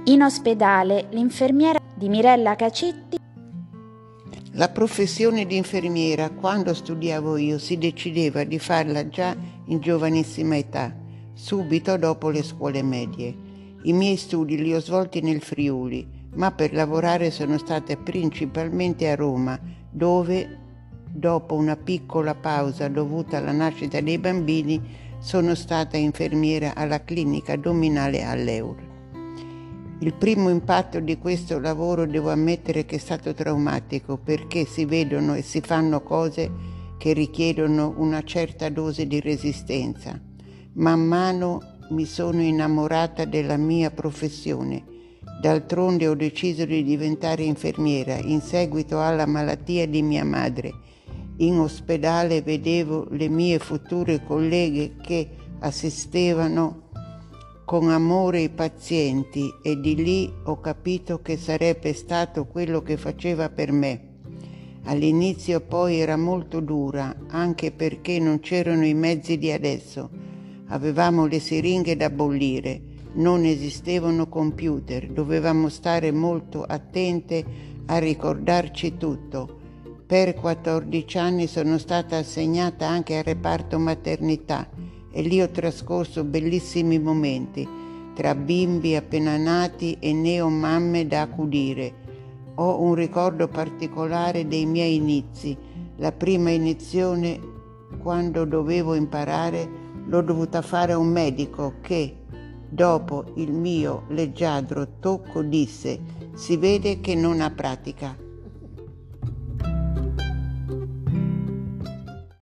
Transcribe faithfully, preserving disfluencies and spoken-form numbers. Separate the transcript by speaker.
Speaker 1: In ospedale, l'infermiera di Mirella Cacetti.
Speaker 2: La professione di infermiera, quando studiavo io, si decideva di farla già in giovanissima età, subito dopo le scuole medie. I miei studi li ho svolti nel Friuli, ma per lavorare sono stata principalmente a Roma, dove, dopo una piccola pausa dovuta alla nascita dei bambini, sono stata infermiera alla clinica addominale all'Eur. Il primo impatto di questo lavoro devo ammettere che è stato traumatico, perché si vedono e si fanno cose che richiedono una certa dose di resistenza. Man mano mi sono innamorata della mia professione. D'altronde ho deciso di diventare infermiera in seguito alla malattia di mia madre. In ospedale vedevo le mie future colleghe che assistevano con amore i pazienti e di lì ho capito che sarebbe stato quello che faceva per me. All'inizio poi era molto dura, anche perché non c'erano i mezzi di adesso. Avevamo le siringhe da bollire, non esistevano computer, dovevamo stare molto attente a ricordarci tutto. Per quattordici anni sono stata assegnata anche al reparto maternità e lì ho trascorso bellissimi momenti tra bimbi appena nati e neomamme da accudire. Ho un ricordo particolare dei miei inizi. La prima iniezione, quando dovevo imparare, l'ho dovuta fare a un medico che, dopo il mio leggiadro tocco, disse: «Si vede che non ha pratica».